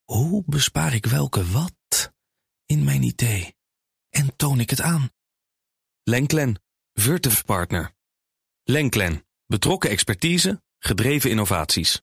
Hoe bespaar ik welke wat in mijn idee? En toon ik het aan? Lenklen, Virtuf Partner. Lenklen, betrokken expertise, gedreven innovaties.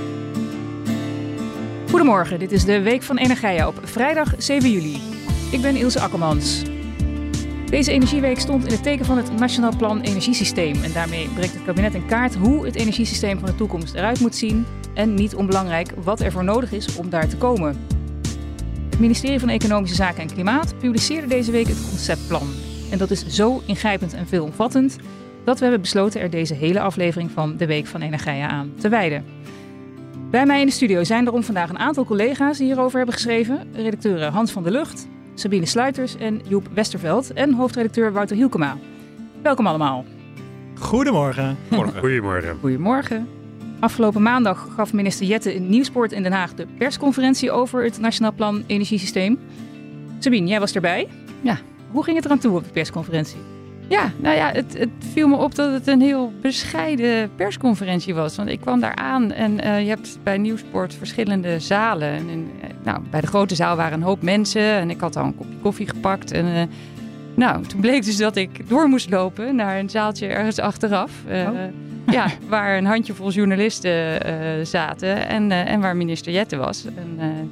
Goedemorgen, dit is de Week van Energia op vrijdag 7 juli. Ik ben Ilse Akkermans. Deze Energieweek stond in het teken van het Nationaal Plan Energiesysteem. En daarmee brengt het kabinet in kaart hoe het energiesysteem van de toekomst eruit moet zien. En niet onbelangrijk wat er voor nodig is om daar te komen. Het ministerie van Economische Zaken en Klimaat publiceerde deze week het conceptplan. En dat is zo ingrijpend en veelomvattend dat we hebben besloten er deze hele aflevering van de Week van Energia aan te wijden. Bij mij in de studio zijn daarom vandaag een aantal collega's die hierover hebben geschreven. Redacteuren Hans van der Lugt, Sabine Sluiters en Joep Westerveld en hoofdredacteur Wouter Hielkema. Welkom allemaal. Goedemorgen. Goedemorgen. Goedemorgen. Afgelopen maandag gaf minister Jette in Nieuwspoort in Den Haag de persconferentie over het Nationaal Plan Energiesysteem. Sabine, jij was erbij. Ja. Hoe ging het eraan toe op de persconferentie? Ja, nou ja, het viel me op dat het een heel bescheiden persconferentie was. Want ik kwam daar aan en je hebt bij Nieuwsport verschillende zalen. En bij de grote zaal waren een hoop mensen en ik had al een kopje koffie gepakt. En toen bleek dus dat ik door moest lopen naar een zaaltje ergens achteraf. Ja, waar een handjevol journalisten zaten en waar minister Jette was. En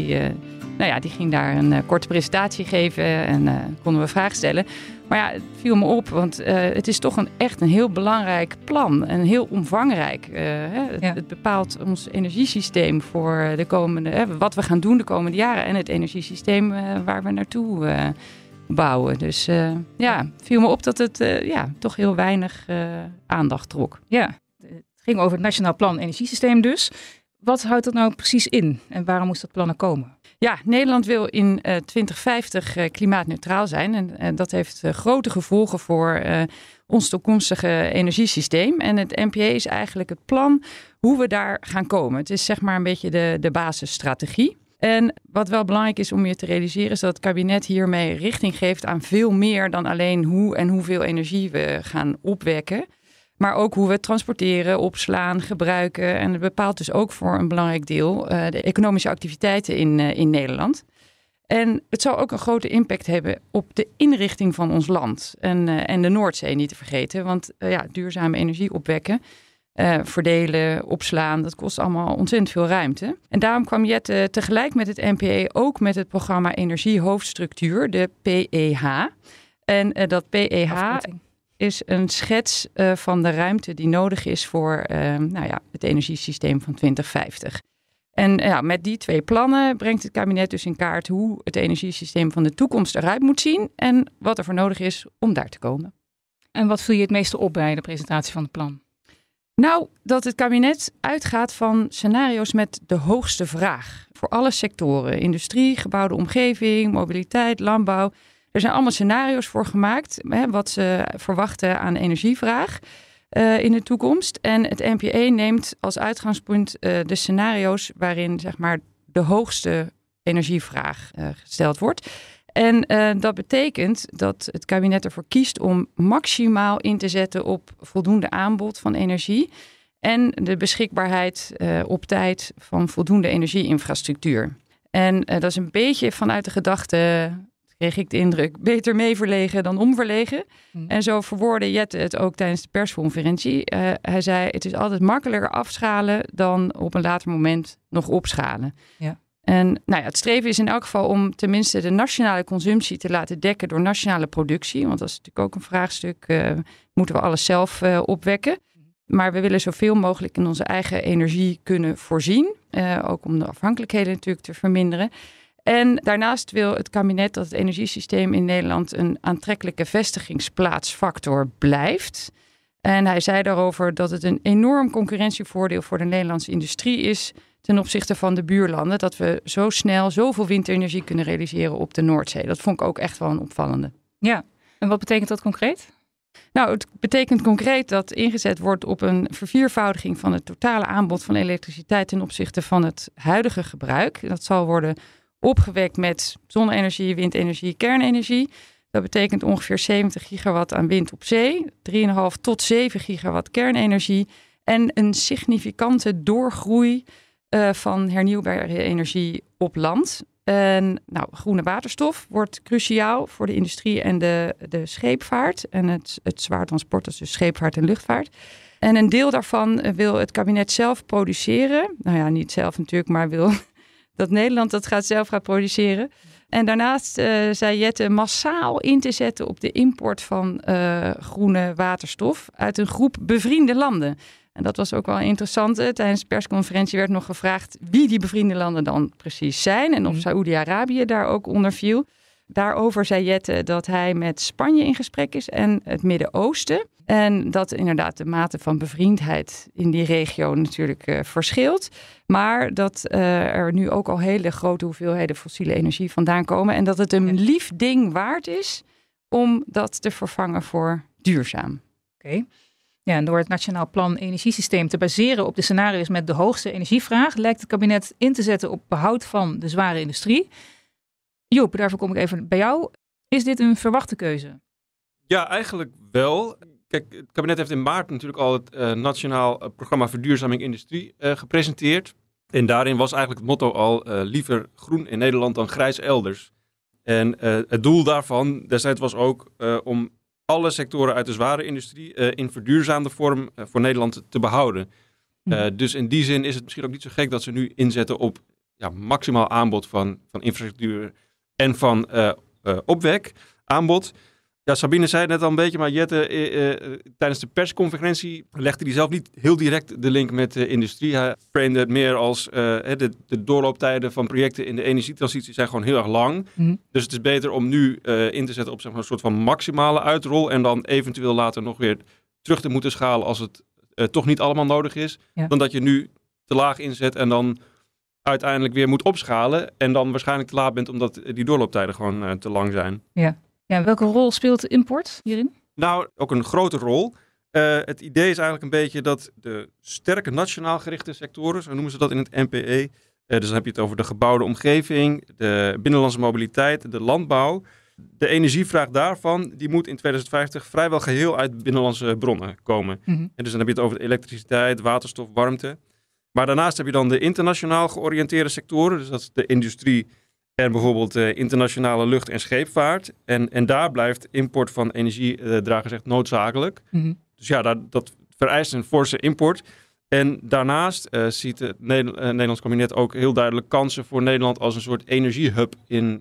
die ging daar een korte presentatie geven en konden we vragen stellen. Maar ja, het viel me op, want het is toch echt een heel belangrijk plan en heel omvangrijk. Het bepaalt ons energiesysteem voor de komende, wat we gaan doen de komende jaren en het energiesysteem waar we naartoe bouwen. Dus viel me op dat het toch heel weinig aandacht trok. Ja, het ging over het Nationaal Plan Energiesysteem dus. Wat houdt dat nou precies in en waarom moest dat plan er komen? Ja, Nederland wil in 2050 klimaatneutraal zijn. En dat heeft grote gevolgen voor ons toekomstige energiesysteem. En het NPE is eigenlijk het plan hoe we daar gaan komen. Het is zeg maar een beetje de basisstrategie. En wat wel belangrijk is om je te realiseren is dat het kabinet hiermee richting geeft aan veel meer dan alleen hoe en hoeveel energie we gaan opwekken. Maar ook hoe we het transporteren, opslaan, gebruiken. En het bepaalt dus ook voor een belangrijk deel de economische activiteiten in Nederland. En het zal ook een grote impact hebben op de inrichting van ons land. En de Noordzee niet te vergeten. Want duurzame energie opwekken, verdelen, opslaan, dat kost allemaal ontzettend veel ruimte. En daarom kwam Jette tegelijk met het NPE ook met het programma Energiehoofdstructuur, de PEH. En dat PEH is een schets van de ruimte die nodig is voor het energiesysteem van 2050. En met die twee plannen brengt het kabinet dus in kaart hoe het energiesysteem van de toekomst eruit moet zien en wat er voor nodig is om daar te komen. En wat viel je het meeste op bij de presentatie van het plan? Nou, dat het kabinet uitgaat van scenario's met de hoogste vraag. Voor alle sectoren, industrie, gebouwde omgeving, mobiliteit, landbouw. Er zijn allemaal scenario's voor gemaakt, wat ze verwachten aan energievraag in de toekomst. En het NPE neemt als uitgangspunt de scenario's waarin zeg maar, de hoogste energievraag gesteld wordt. En dat betekent dat het kabinet ervoor kiest om maximaal in te zetten op voldoende aanbod van energie en de beschikbaarheid op tijd van voldoende energieinfrastructuur. En dat is een beetje vanuit de gedachte, kreeg ik de indruk, beter mee verlegen dan omverlegen. En zo verwoordde Jette het ook tijdens de persconferentie. Hij zei, het is altijd makkelijker afschalen dan op een later moment nog opschalen. Ja. En het streven is in elk geval om tenminste de nationale consumptie te laten dekken door nationale productie. Want dat is natuurlijk ook een vraagstuk, moeten we alles zelf opwekken. Maar we willen zoveel mogelijk in onze eigen energie kunnen voorzien. Ook om de afhankelijkheden natuurlijk te verminderen. En daarnaast wil het kabinet dat het energiesysteem in Nederland een aantrekkelijke vestigingsplaatsfactor blijft. En hij zei daarover dat het een enorm concurrentievoordeel voor de Nederlandse industrie is ten opzichte van de buurlanden. Dat we zo snel zoveel windenergie kunnen realiseren op de Noordzee. Dat vond ik ook echt wel een opvallende. Ja, en wat betekent dat concreet? Nou, het betekent concreet dat ingezet wordt op een verviervoudiging van het totale aanbod van elektriciteit ten opzichte van het huidige gebruik. Dat zal worden opgewekt met zonne-energie, windenergie, kernenergie. Dat betekent ongeveer 70 gigawatt aan wind op zee, 3,5 tot 7 gigawatt kernenergie en een significante doorgroei van hernieuwbare energie op land. En groene waterstof wordt cruciaal voor de industrie en de scheepvaart. En het zwaar transport, dat is dus scheepvaart en luchtvaart. En een deel daarvan wil het kabinet zelf produceren. Nou ja, niet zelf natuurlijk, maar wil dat Nederland dat zelf gaat produceren. En daarnaast zei Jette massaal in te zetten op de import van groene waterstof uit een groep bevriende landen. En dat was ook wel interessant. Tijdens de persconferentie werd nog gevraagd wie die bevriende landen dan precies zijn. En of Saoedi-Arabië daar ook onder viel. Daarover zei Jette dat hij met Spanje in gesprek is en het Midden-Oosten. En dat inderdaad de mate van bevriendheid in die regio natuurlijk verschilt. Maar dat er nu ook al hele grote hoeveelheden fossiele energie vandaan komen. En dat het een lief ding waard is om dat te vervangen voor duurzaam. Oké. Ja, en door het Nationaal Plan Energiesysteem te baseren op de scenario's met de hoogste energievraag, lijkt het kabinet in te zetten op behoud van de zware industrie. Joep, daarvoor kom ik even bij jou. Is dit een verwachte keuze? Ja, eigenlijk wel. Kijk, het kabinet heeft in maart natuurlijk al het Nationaal Programma Verduurzaming Industrie gepresenteerd. En daarin was eigenlijk het motto al liever groen in Nederland dan grijs elders. En het doel daarvan destijds was ook om alle sectoren uit de zware industrie in verduurzaamde vorm voor Nederland te behouden. Dus in die zin is het misschien ook niet zo gek dat ze nu inzetten op maximaal aanbod van infrastructuur en van opwek aanbod. Ja, Sabine zei het net al een beetje, maar Jette tijdens de persconferentie legde hij zelf niet heel direct de link met de industrie. Hij framede het meer als de doorlooptijden van projecten in de energietransitie zijn gewoon heel erg lang. Mm-hmm. Dus het is beter om nu in te zetten op zeg maar, een soort van maximale uitrol en dan eventueel later nog weer terug te moeten schalen als het toch niet allemaal nodig is. Ja. Dan dat je nu te laag inzet en dan uiteindelijk weer moet opschalen en dan waarschijnlijk te laat bent omdat die doorlooptijden gewoon te lang zijn. Ja. Ja, welke rol speelt de import hierin? Nou, ook een grote rol. Het idee is eigenlijk een beetje dat de sterke nationaal gerichte sectoren, zo noemen ze dat in het NPE, dus dan heb je het over de gebouwde omgeving, de binnenlandse mobiliteit, de landbouw. De energievraag daarvan, die moet in 2050 vrijwel geheel uit binnenlandse bronnen komen. Mm-hmm. En dus dan heb je het over de elektriciteit, waterstof, warmte. Maar daarnaast heb je dan de internationaal georiënteerde sectoren, dus dat is de industrie en bijvoorbeeld internationale lucht- en scheepvaart. En daar blijft import van energiedragers echt noodzakelijk. Mm-hmm. Dus ja, dat vereist een forse import. En daarnaast ziet het Nederlands kabinet ook heel duidelijk kansen voor Nederland als een soort energiehub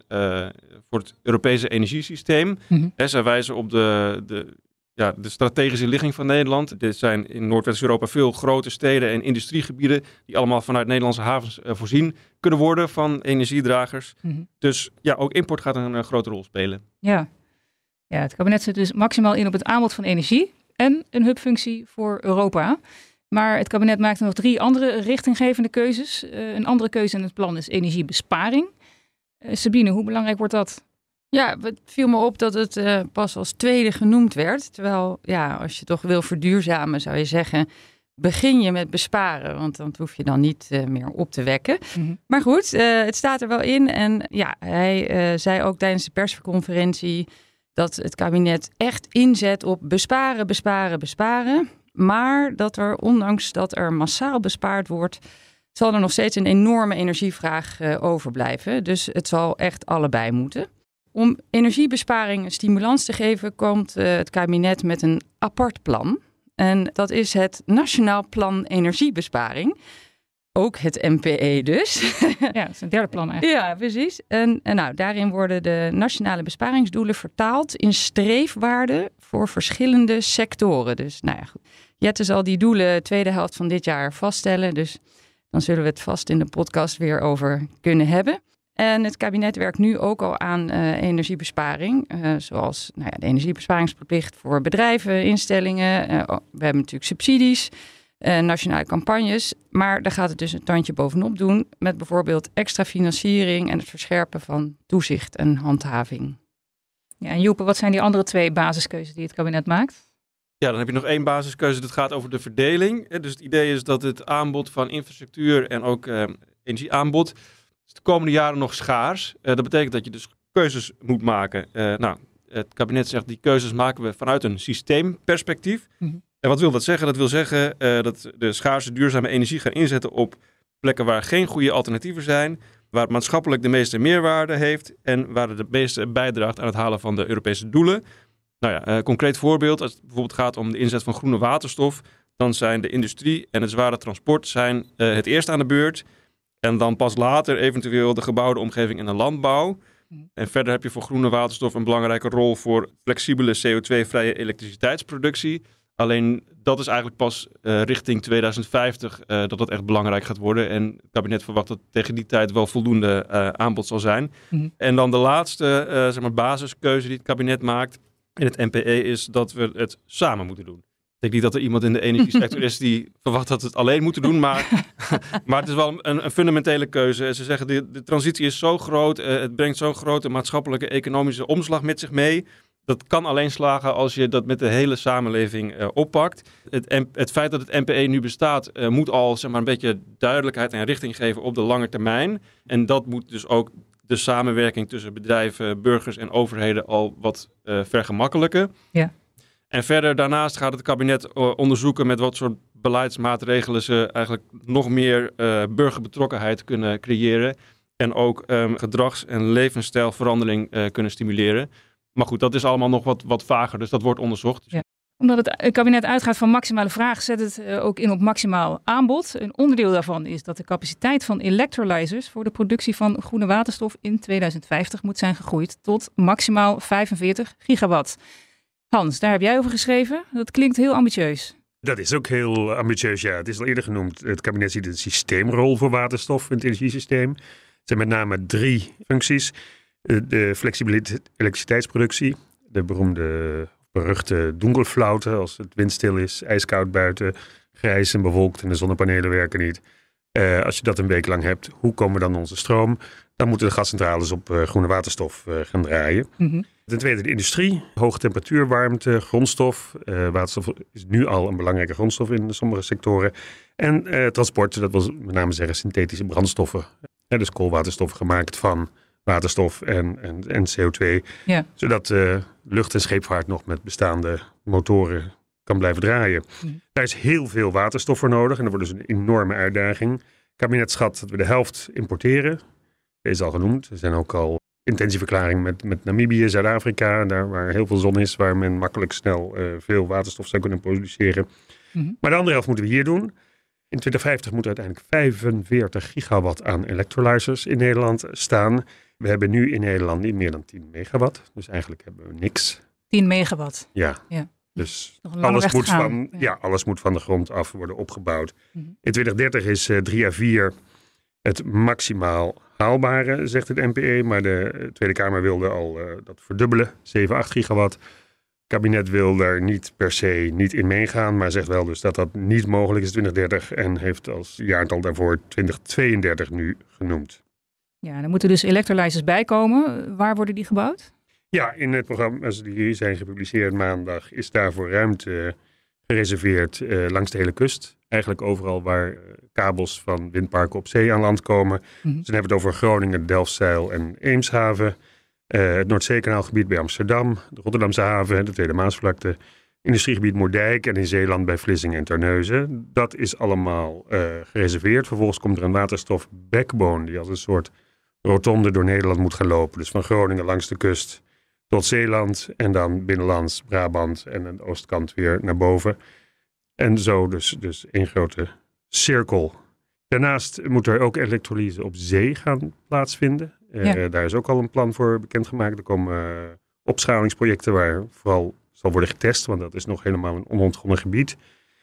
voor het Europese energiesysteem. Mm-hmm. Zij wijzen op de strategische ligging van Nederland. Dit zijn in Noordwest-Europa veel grote steden en industriegebieden die allemaal vanuit Nederlandse havens voorzien kunnen worden van energiedragers. Mm-hmm. Dus ja, ook import gaat een grote rol spelen. Ja, het kabinet zet dus maximaal in op het aanbod van energie en een hubfunctie voor Europa. Maar het kabinet maakt nog 3 andere richtinggevende keuzes. Een andere keuze in het plan is energiebesparing. Sabine, hoe belangrijk wordt dat? Ja, het viel me op dat het pas als tweede genoemd werd. Terwijl, als je toch wil verduurzamen, zou je zeggen, begin je met besparen. Want dan hoef je dan niet meer op te wekken. Mm-hmm. Maar goed, het staat er wel in. En hij zei ook tijdens de persconferentie dat het kabinet echt inzet op besparen. Maar dat er, ondanks dat er massaal bespaard wordt, zal er nog steeds een enorme energievraag overblijven. Dus het zal echt allebei moeten. Om energiebesparing een stimulans te geven, komt het kabinet met een apart plan. En dat is het Nationaal Plan Energiebesparing. Ook het NPE dus. Ja, dat is een derde plan eigenlijk. Ja, precies. En daarin worden de nationale besparingsdoelen vertaald in streefwaarden voor verschillende sectoren. Dus goed. Jette zal die doelen tweede helft van dit jaar vaststellen. Dus dan zullen we het vast in de podcast weer over kunnen hebben. En het kabinet werkt nu ook al aan energiebesparing. Zoals de energiebesparingsplicht voor bedrijven, instellingen. We hebben natuurlijk subsidies, nationale campagnes. Maar daar gaat het dus een tandje bovenop doen. Met bijvoorbeeld extra financiering en het verscherpen van toezicht en handhaving. Ja, en Joepe, wat zijn die andere 2 basiskeuzes die het kabinet maakt? Ja, dan heb je nog 1 basiskeuze. Dat gaat over de verdeling. Dus het idee is dat het aanbod van infrastructuur en ook energieaanbod is de komende jaren nog schaars. Dat betekent dat je dus keuzes moet maken. Het kabinet zegt die keuzes maken we vanuit een systeemperspectief. Mm-hmm. En wat wil dat zeggen? Dat wil zeggen dat de schaarse duurzame energie gaan inzetten op plekken waar geen goede alternatieven zijn, waar het maatschappelijk de meeste meerwaarde heeft en waar het meeste bijdraagt aan het halen van de Europese doelen. Concreet voorbeeld, als het bijvoorbeeld gaat om de inzet van groene waterstof, dan zijn de industrie en het zware transport zijn het eerst aan de beurt. En dan pas later eventueel de gebouwde omgeving en de landbouw. En verder heb je voor groene waterstof een belangrijke rol voor flexibele CO2-vrije elektriciteitsproductie. Alleen dat is eigenlijk pas richting 2050 dat dat echt belangrijk gaat worden. En het kabinet verwacht dat tegen die tijd wel voldoende aanbod zal zijn. En dan de laatste basiskeuze die het kabinet maakt in het NPE is dat we het samen moeten doen. Ik denk niet dat er iemand in de energiesector is die verwacht dat we het alleen moeten doen. Maar het is wel een fundamentele keuze. Ze zeggen de transitie is zo groot. Het brengt zo'n grote maatschappelijke economische omslag met zich mee. Dat kan alleen slagen als je dat met de hele samenleving oppakt. Het feit dat het NPE nu bestaat moet al een beetje duidelijkheid en richting geven op de lange termijn. En dat moet dus ook de samenwerking tussen bedrijven, burgers en overheden al wat vergemakkelijken. Ja. En verder daarnaast gaat het kabinet onderzoeken met wat soort beleidsmaatregelen ze eigenlijk nog meer burgerbetrokkenheid kunnen creëren. En ook gedrags- en levensstijlverandering kunnen stimuleren. Maar goed, dat is allemaal nog wat vager, dus dat wordt onderzocht. Ja. Omdat het kabinet uitgaat van maximale vraag, zet het ook in op maximaal aanbod. Een onderdeel daarvan is dat de capaciteit van electrolyzers voor de productie van groene waterstof in 2050 moet zijn gegroeid tot maximaal 45 gigawatt. Hans, daar heb jij over geschreven. Dat klinkt heel ambitieus. Dat is ook heel ambitieus, ja. Het is al eerder genoemd. Het kabinet ziet een systeemrol voor waterstof in het energiesysteem. Het zijn met name 3 functies. De flexibele elektriciteitsproductie, de beruchte Dunkelflaute, als het windstil is, ijskoud buiten, grijs en bewolkt en de zonnepanelen werken niet. Als je dat een week lang hebt, hoe komen we dan onze stroom? Dan moeten de gascentrales op groene waterstof gaan draaien. Mm-hmm. Ten tweede de industrie, hoge temperatuur, warmte, grondstof. Waterstof is nu al een belangrijke grondstof in sommige sectoren. En transport, dat wil met name zeggen synthetische brandstoffen. Dus koolwaterstof gemaakt van waterstof en CO2. Ja. Zodat lucht- en scheepvaart nog met bestaande motoren kan blijven draaien. Daar is heel veel waterstof voor nodig en dat wordt dus een enorme uitdaging. Het kabinet schat dat we de helft importeren. Deze is al genoemd. Er zijn ook al intentieverklaringen met Namibië, Zuid-Afrika, daar waar heel veel zon is, waar men makkelijk snel veel waterstof zou kunnen produceren. Maar de andere helft moeten we hier doen. In 2050 moet er uiteindelijk 45 gigawatt aan electrolyzers in Nederland staan. We hebben nu in Nederland niet meer dan 10 megawatt. Dus eigenlijk hebben we niks. 10 megawatt? Ja. Dus alles moet van de grond af worden opgebouwd. In 2030 is 3 à 4 het maximaal haalbare, zegt het NPE. Maar de Tweede Kamer wilde al dat verdubbelen, 7, 8 gigawatt. Het kabinet wil daar niet per se niet in meegaan, maar zegt wel dus dat dat niet mogelijk is in 2030 en heeft als jaartal daarvoor 2032 nu genoemd. Ja, dan moeten dus electrolyzers bijkomen. Waar worden die gebouwd? Ja, in het programma die zijn gepubliceerd maandag is daarvoor ruimte gereserveerd langs de hele kust. Eigenlijk overal waar kabels van windparken op zee aan land komen. Dus dan hebben we het over Groningen, Delfzijl en Eemshaven. Het Noordzeekanaalgebied bij Amsterdam, de Rotterdamse haven, de Tweede Maasvlakte, industriegebied Moerdijk en in Zeeland bij Vlissingen en Terneuzen. Dat is allemaal gereserveerd. Vervolgens komt er een waterstof backbone die als een soort rotonde door Nederland moet gaan lopen. Dus van Groningen langs de kust tot Zeeland en dan binnenlands Brabant en aan de oostkant weer naar boven. En zo dus één grote cirkel. Daarnaast moet er ook elektrolyse op zee gaan plaatsvinden. Daar is ook al een plan voor bekendgemaakt. Er komen opschalingsprojecten waar vooral zal worden getest, want dat is nog helemaal een onontgonnen gebied.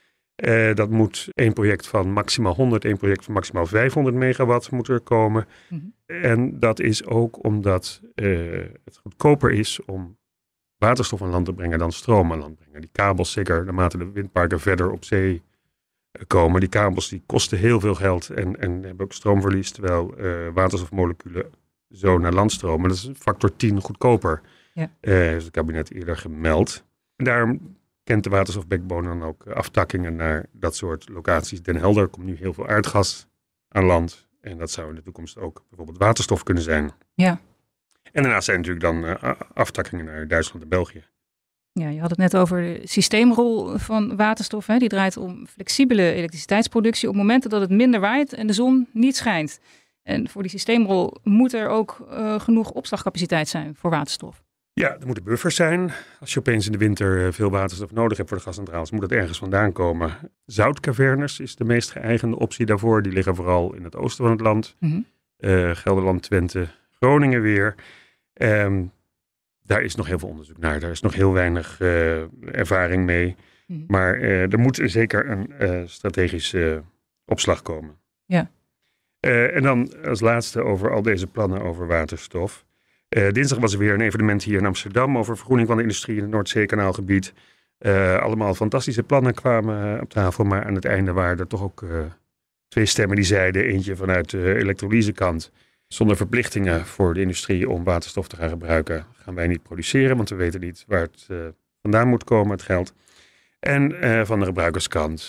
Dat moet één project van maximaal 100, één project van maximaal 500 megawatt moet er komen. En dat is ook omdat het goedkoper is om waterstof aan land te brengen dan stroom aan land brengen. Die kabels, zeker naarmate de windparken verder op zee komen, die kabels die kosten heel veel geld en hebben ook stroomverlies, terwijl waterstofmoleculen zo naar land stromen. Dat is een factor 10 goedkoper, heeft het kabinet eerder gemeld. En daarom kent de waterstofbackbone dan ook aftakkingen naar dat soort locaties. Den Helder komt nu heel veel aardgas aan land en dat zou in de toekomst ook bijvoorbeeld waterstof kunnen zijn. Ja. En daarnaast zijn natuurlijk dan aftakkingen naar Duitsland en België. Ja, je had het net over de systeemrol van waterstof. Hè? Die draait om flexibele elektriciteitsproductie op momenten dat het minder waait en de zon niet schijnt. En voor die systeemrol moet er ook genoeg opslagcapaciteit zijn voor waterstof. Ja, er moeten buffers zijn. Als je opeens in de winter veel waterstof nodig hebt voor de gascentrales, moet dat ergens vandaan komen. Zoutcavernes is de meest geëigende optie daarvoor. Die liggen vooral in het oosten van het land. Mm-hmm. Gelderland, Twente, Groningen weer. Daar is nog heel veel onderzoek naar. Daar is nog heel weinig ervaring mee. Mm-hmm. Maar er moet zeker een strategische opslag komen. Ja. En dan als laatste over al deze plannen over waterstof. Dinsdag was er weer een evenement hier in Amsterdam over vergroening van de industrie in het Noordzeekanaalgebied. Allemaal fantastische plannen kwamen op tafel, maar aan het einde waren er toch ook 2 stemmen die zeiden, eentje vanuit de elektrolysekant, zonder verplichtingen voor de industrie om waterstof te gaan gebruiken, gaan wij niet produceren, want we weten niet waar het vandaan moet komen, het geld. En van de gebruikerskant,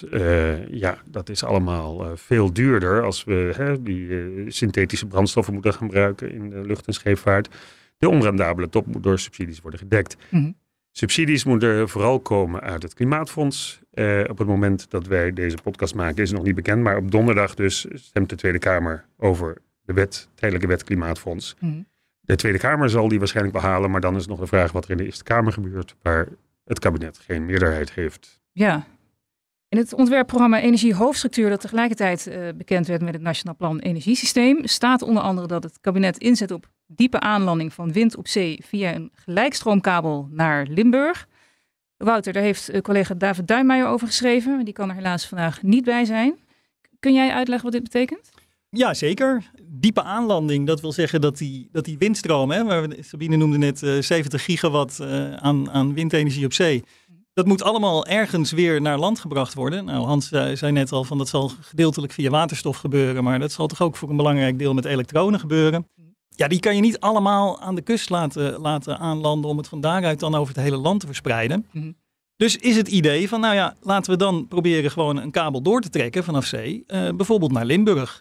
dat is allemaal veel duurder als we die synthetische brandstoffen moeten gaan gebruiken in de lucht- en scheepvaart. De onrendabele top moet door subsidies worden gedekt. Mm-hmm. Subsidies moeten vooral komen uit het Klimaatfonds. Op het moment dat wij deze podcast maken is het nog niet bekend, maar op donderdag dus stemt de Tweede Kamer over de tijdelijke wet Klimaatfonds. Mm-hmm. De Tweede Kamer zal die waarschijnlijk behalen, maar dan is nog de vraag wat er in de Eerste Kamer gebeurt, waar het kabinet geen meerderheid heeft. Ja. In het ontwerpprogramma Energiehoofdstructuur dat tegelijkertijd bekend werd met het Nationaal Plan Energiesysteem staat onder andere dat het kabinet inzet op diepe aanlanding van wind op zee via een gelijkstroomkabel naar Limburg. Wouter, daar heeft collega David Duijmeijer over geschreven. Die kan er helaas vandaag niet bij zijn. Kun jij uitleggen wat dit betekent? Ja, zeker. Diepe aanlanding, dat wil zeggen dat die windstroom, waar Sabine noemde net 70 gigawatt aan windenergie op zee. Dat moet allemaal ergens weer naar land gebracht worden. Nou, Hans zei net al van dat zal gedeeltelijk via waterstof gebeuren, maar dat zal toch ook voor een belangrijk deel met elektronen gebeuren. Ja, die kan je niet allemaal aan de kust laten aanlanden om het van daaruit dan over het hele land te verspreiden. Mm-hmm. Dus is het idee van, laten we dan proberen gewoon een kabel door te trekken vanaf zee, bijvoorbeeld naar Limburg.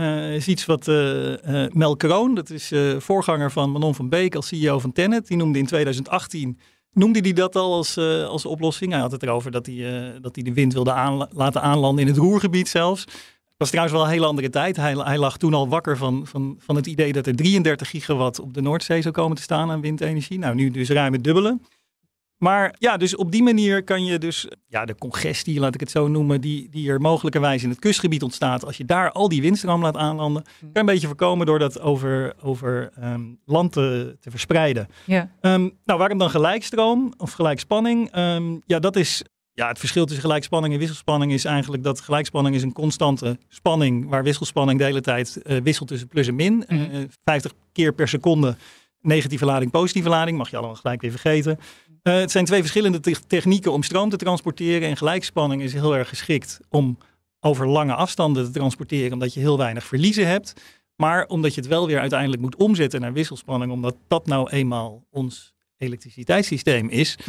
Is iets wat Mel Kroon, dat is voorganger van Manon van Beek als CEO van TenneT, die noemde in 2018, noemde hij dat al als oplossing. Hij had het erover dat hij de wind wilde laten aanlanden in het Roergebied zelfs. Dat was trouwens wel een hele andere tijd. Hij lag toen al wakker van het idee dat er 33 gigawatt op de Noordzee zou komen te staan aan windenergie. Nou, nu dus ruim het dubbele. Maar ja, dus op die manier kan je dus de congestie, laat ik het zo noemen, die er mogelijkerwijs in het kustgebied ontstaat, als je daar al die windstroom laat aanlanden, kan je een beetje voorkomen door dat over land te verspreiden. Ja. Waarom dan gelijkstroom of gelijkspanning? Dat is het verschil tussen gelijkspanning en wisselspanning is eigenlijk dat gelijkspanning is een constante spanning, waar wisselspanning de hele tijd wisselt tussen plus en min. 50 keer per seconde negatieve lading, positieve lading, mag je allemaal gelijk weer vergeten. Het zijn 2 verschillende technieken om stroom te transporteren. En gelijkspanning is heel erg geschikt om over lange afstanden te transporteren, omdat je heel weinig verliezen hebt. Maar omdat je het wel weer uiteindelijk moet omzetten naar wisselspanning, omdat dat nou eenmaal ons elektriciteitssysteem is,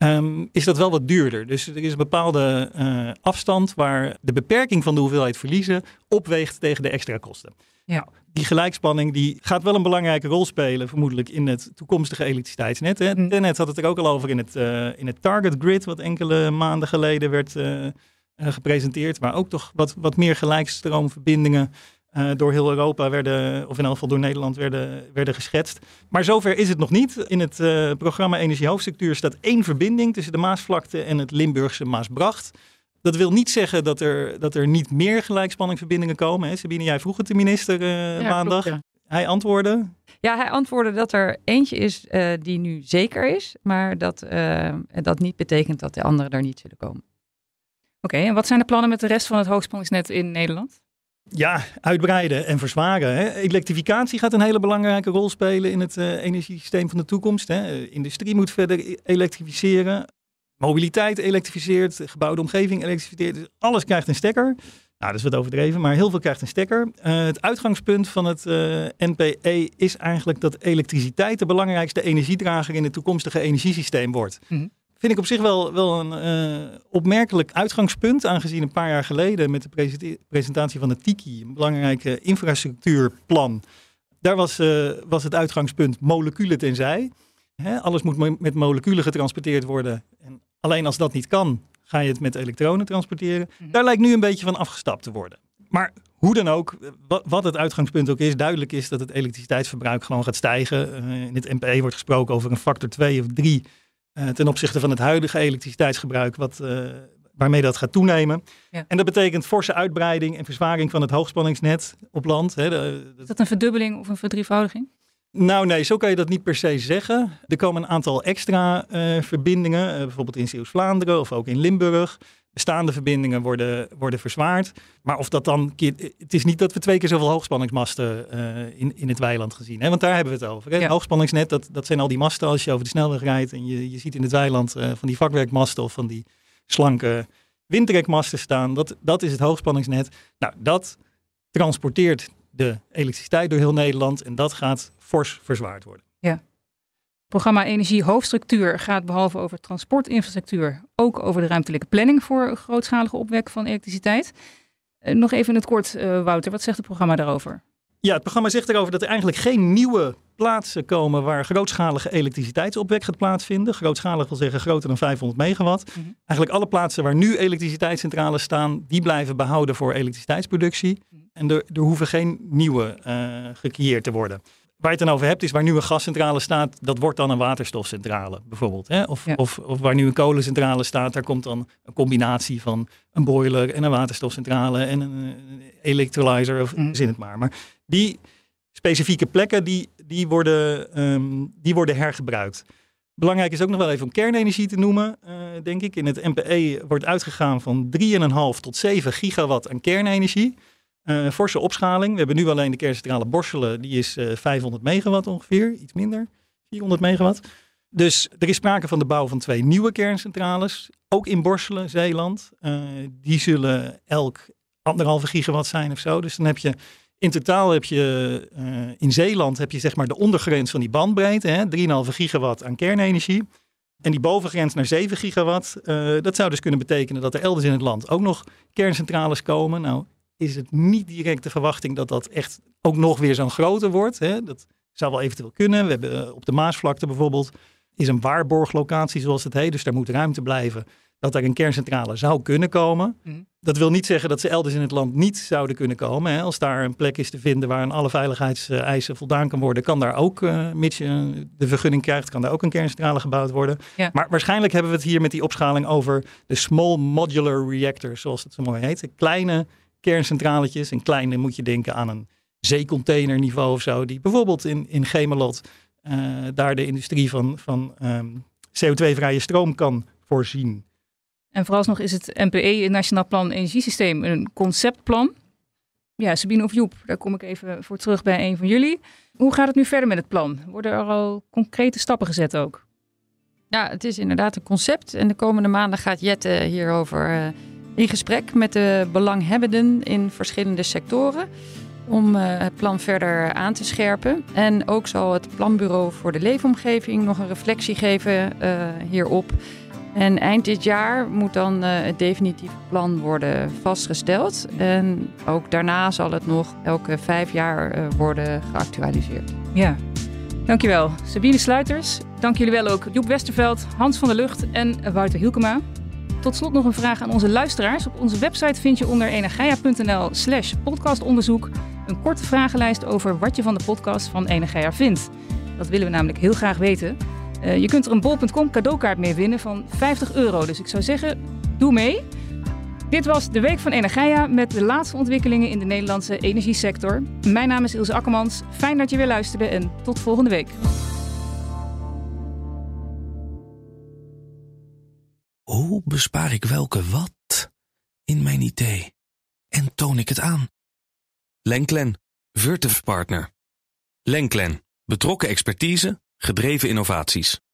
is dat wel wat duurder. Dus er is een bepaalde afstand waar de beperking van de hoeveelheid verliezen opweegt tegen de extra kosten. Ja. Die gelijkspanning die gaat wel een belangrijke rol spelen, vermoedelijk in het toekomstige elektriciteitsnet. TenneT had het er ook al over in het Target Grid, wat enkele maanden geleden werd gepresenteerd, waar ook toch wat meer gelijkstroomverbindingen door heel Europa werden, of in elk geval door Nederland werden geschetst. Maar zover is het nog niet. In het programma Energiehoofdstructuur staat 1 verbinding tussen de Maasvlakte en het Limburgse Maasbracht. Dat wil niet zeggen dat er niet meer gelijkspanningsverbindingen komen. Hè? Sabine, jij vroeg het de minister maandag. Klopt, ja. Hij antwoordde? Ja, hij antwoordde dat er eentje is die nu zeker is, maar dat niet betekent dat de anderen er niet zullen komen. Oké, en wat zijn de plannen met de rest van het hoogspanningsnet in Nederland? Ja, uitbreiden en verzwaren. Hè. Elektrificatie gaat een hele belangrijke rol spelen in het energiesysteem van de toekomst. Hè. Industrie moet verder elektrificeren. Mobiliteit elektrificeert, gebouwde omgeving elektrificeert. Dus alles krijgt een stekker. Nou, dat is wat overdreven, maar heel veel krijgt een stekker. Het uitgangspunt van het NPE is eigenlijk dat elektriciteit de belangrijkste energiedrager in het toekomstige energiesysteem wordt. Mm-hmm. Vind ik op zich wel een opmerkelijk uitgangspunt, aangezien een paar jaar geleden met de presentatie van het TIKI, een belangrijke infrastructuurplan, daar was het uitgangspunt moleculen tenzij. Alles moet met moleculen getransporteerd worden. En alleen als dat niet kan, ga je het met elektronen transporteren. Daar lijkt nu een beetje van afgestapt te worden. Maar hoe dan ook, wat het uitgangspunt ook is, duidelijk is dat het elektriciteitsverbruik gewoon gaat stijgen. In het NPE wordt gesproken over een factor 2 of 3 ten opzichte van het huidige elektriciteitsgebruik, waarmee dat gaat toenemen. Ja. En dat betekent forse uitbreiding en verzwaring van het hoogspanningsnet op land. Is dat een verdubbeling of een verdrievoudiging? Nou nee, zo kan je dat niet per se zeggen. Er komen een aantal extra verbindingen, bijvoorbeeld in Zeeuws-Vlaanderen of ook in Limburg. Bestaande verbindingen worden verzwaard. Maar of dat dan... Het is niet dat we 2 keer zoveel hoogspanningsmasten in het weiland gezien. Want daar hebben we het over. Ja. Hoogspanningsnet, dat zijn al die masten als je over de snelweg rijdt. En je ziet in het weiland van die vakwerkmasten of van die slanke windtrekmasten staan. Dat is het hoogspanningsnet. Nou, dat transporteert de elektriciteit door heel Nederland. En dat gaat fors verzwaard worden. Ja. Programma Energie Hoofdstructuur gaat behalve over transportinfrastructuur ook over de ruimtelijke planning voor grootschalige opwek van elektriciteit. Nog even in het kort, Wouter, wat zegt het programma daarover? Ja, het programma zegt erover dat er eigenlijk geen nieuwe plaatsen komen waar grootschalige elektriciteitsopwek gaat plaatsvinden. Grootschalig wil zeggen groter dan 500 megawatt. Mm-hmm. Eigenlijk alle plaatsen waar nu elektriciteitscentrales staan, die blijven behouden voor elektriciteitsproductie. Mm-hmm. En er hoeven geen nieuwe gecreëerd te worden. Waar je het dan over hebt is waar nu een gascentrale staat, dat wordt dan een waterstofcentrale bijvoorbeeld. Hè? Of waar nu een kolencentrale staat, daar komt dan een combinatie van een boiler en een waterstofcentrale en een electrolyzer of zin het maar. Maar die specifieke plekken die worden hergebruikt. Belangrijk is ook nog wel even om kernenergie te noemen, denk ik. In het NPE wordt uitgegaan van 3,5 tot 7 gigawatt aan kernenergie. Forse opschaling. We hebben nu alleen de kerncentrale Borselen. Die is 500 megawatt ongeveer. Iets minder. 400 megawatt. Dus er is sprake van de bouw van 2 nieuwe kerncentrales. Ook in Borselen, Zeeland. Die zullen elk 1,5 gigawatt zijn of zo. Dus dan heb je in totaal in Zeeland heb je zeg maar de ondergrens van die bandbreedte. 3,5 gigawatt aan kernenergie. En die bovengrens naar 7 gigawatt. Dat zou dus kunnen betekenen dat er elders in het land ook nog kerncentrales komen. Nou, is het niet direct de verwachting dat dat echt ook nog weer zo'n groter wordt. Hè? Dat zou wel eventueel kunnen. We hebben op de Maasvlakte bijvoorbeeld is een waarborglocatie zoals het heet. Dus daar moet ruimte blijven dat er een kerncentrale zou kunnen komen. Mm. Dat wil niet zeggen dat ze elders in het land niet zouden kunnen komen. Hè? Als daar een plek is te vinden waar aan alle veiligheidseisen voldaan kan worden, kan daar ook, mits je de vergunning krijgt, kan daar ook een kerncentrale gebouwd worden. Ja. Maar waarschijnlijk hebben we het hier met die opschaling over de small modular reactors, zoals het zo mooi heet. De kleine kerncentraletjes. En kleine moet je denken aan een zeecontainerniveau of zo. Die bijvoorbeeld in Gemelot daar de industrie van CO2-vrije stroom kan voorzien. En vooralsnog is het NPE, het Nationaal Plan Energiesysteem, een conceptplan. Ja, Sabine of Joep, daar kom ik even voor terug bij een van jullie. Hoe gaat het nu verder met het plan? Worden er al concrete stappen gezet ook? Ja, het is inderdaad een concept. En de komende maanden gaat Jette hierover in gesprek met de belanghebbenden in verschillende sectoren om het plan verder aan te scherpen. En ook zal het Planbureau voor de Leefomgeving nog een reflectie geven hierop. En eind dit jaar moet dan het definitieve plan worden vastgesteld. En ook daarna zal het nog elke 5 jaar worden geactualiseerd. Ja, dankjewel. Sabine Sluiters, dank jullie wel ook. Joep Westerveld, Hans van der Lucht en Wouter Hielkema. Tot slot nog een vraag aan onze luisteraars. Op onze website vind je onder energia.nl/podcastonderzoek een korte vragenlijst over wat je van de podcast van Energia vindt. Dat willen we namelijk heel graag weten. Je kunt er een bol.com cadeaukaart mee winnen van €50. Dus ik zou zeggen, doe mee. Dit was de Week van Energia met de laatste ontwikkelingen in de Nederlandse energiesector. Mijn naam is Ilse Akkermans. Fijn dat je weer luisterde en tot volgende week. Hoe bespaar ik welke wat in mijn idee en toon ik het aan? Lenklen, Virtuf Partner. Lenklen, betrokken expertise, gedreven innovaties.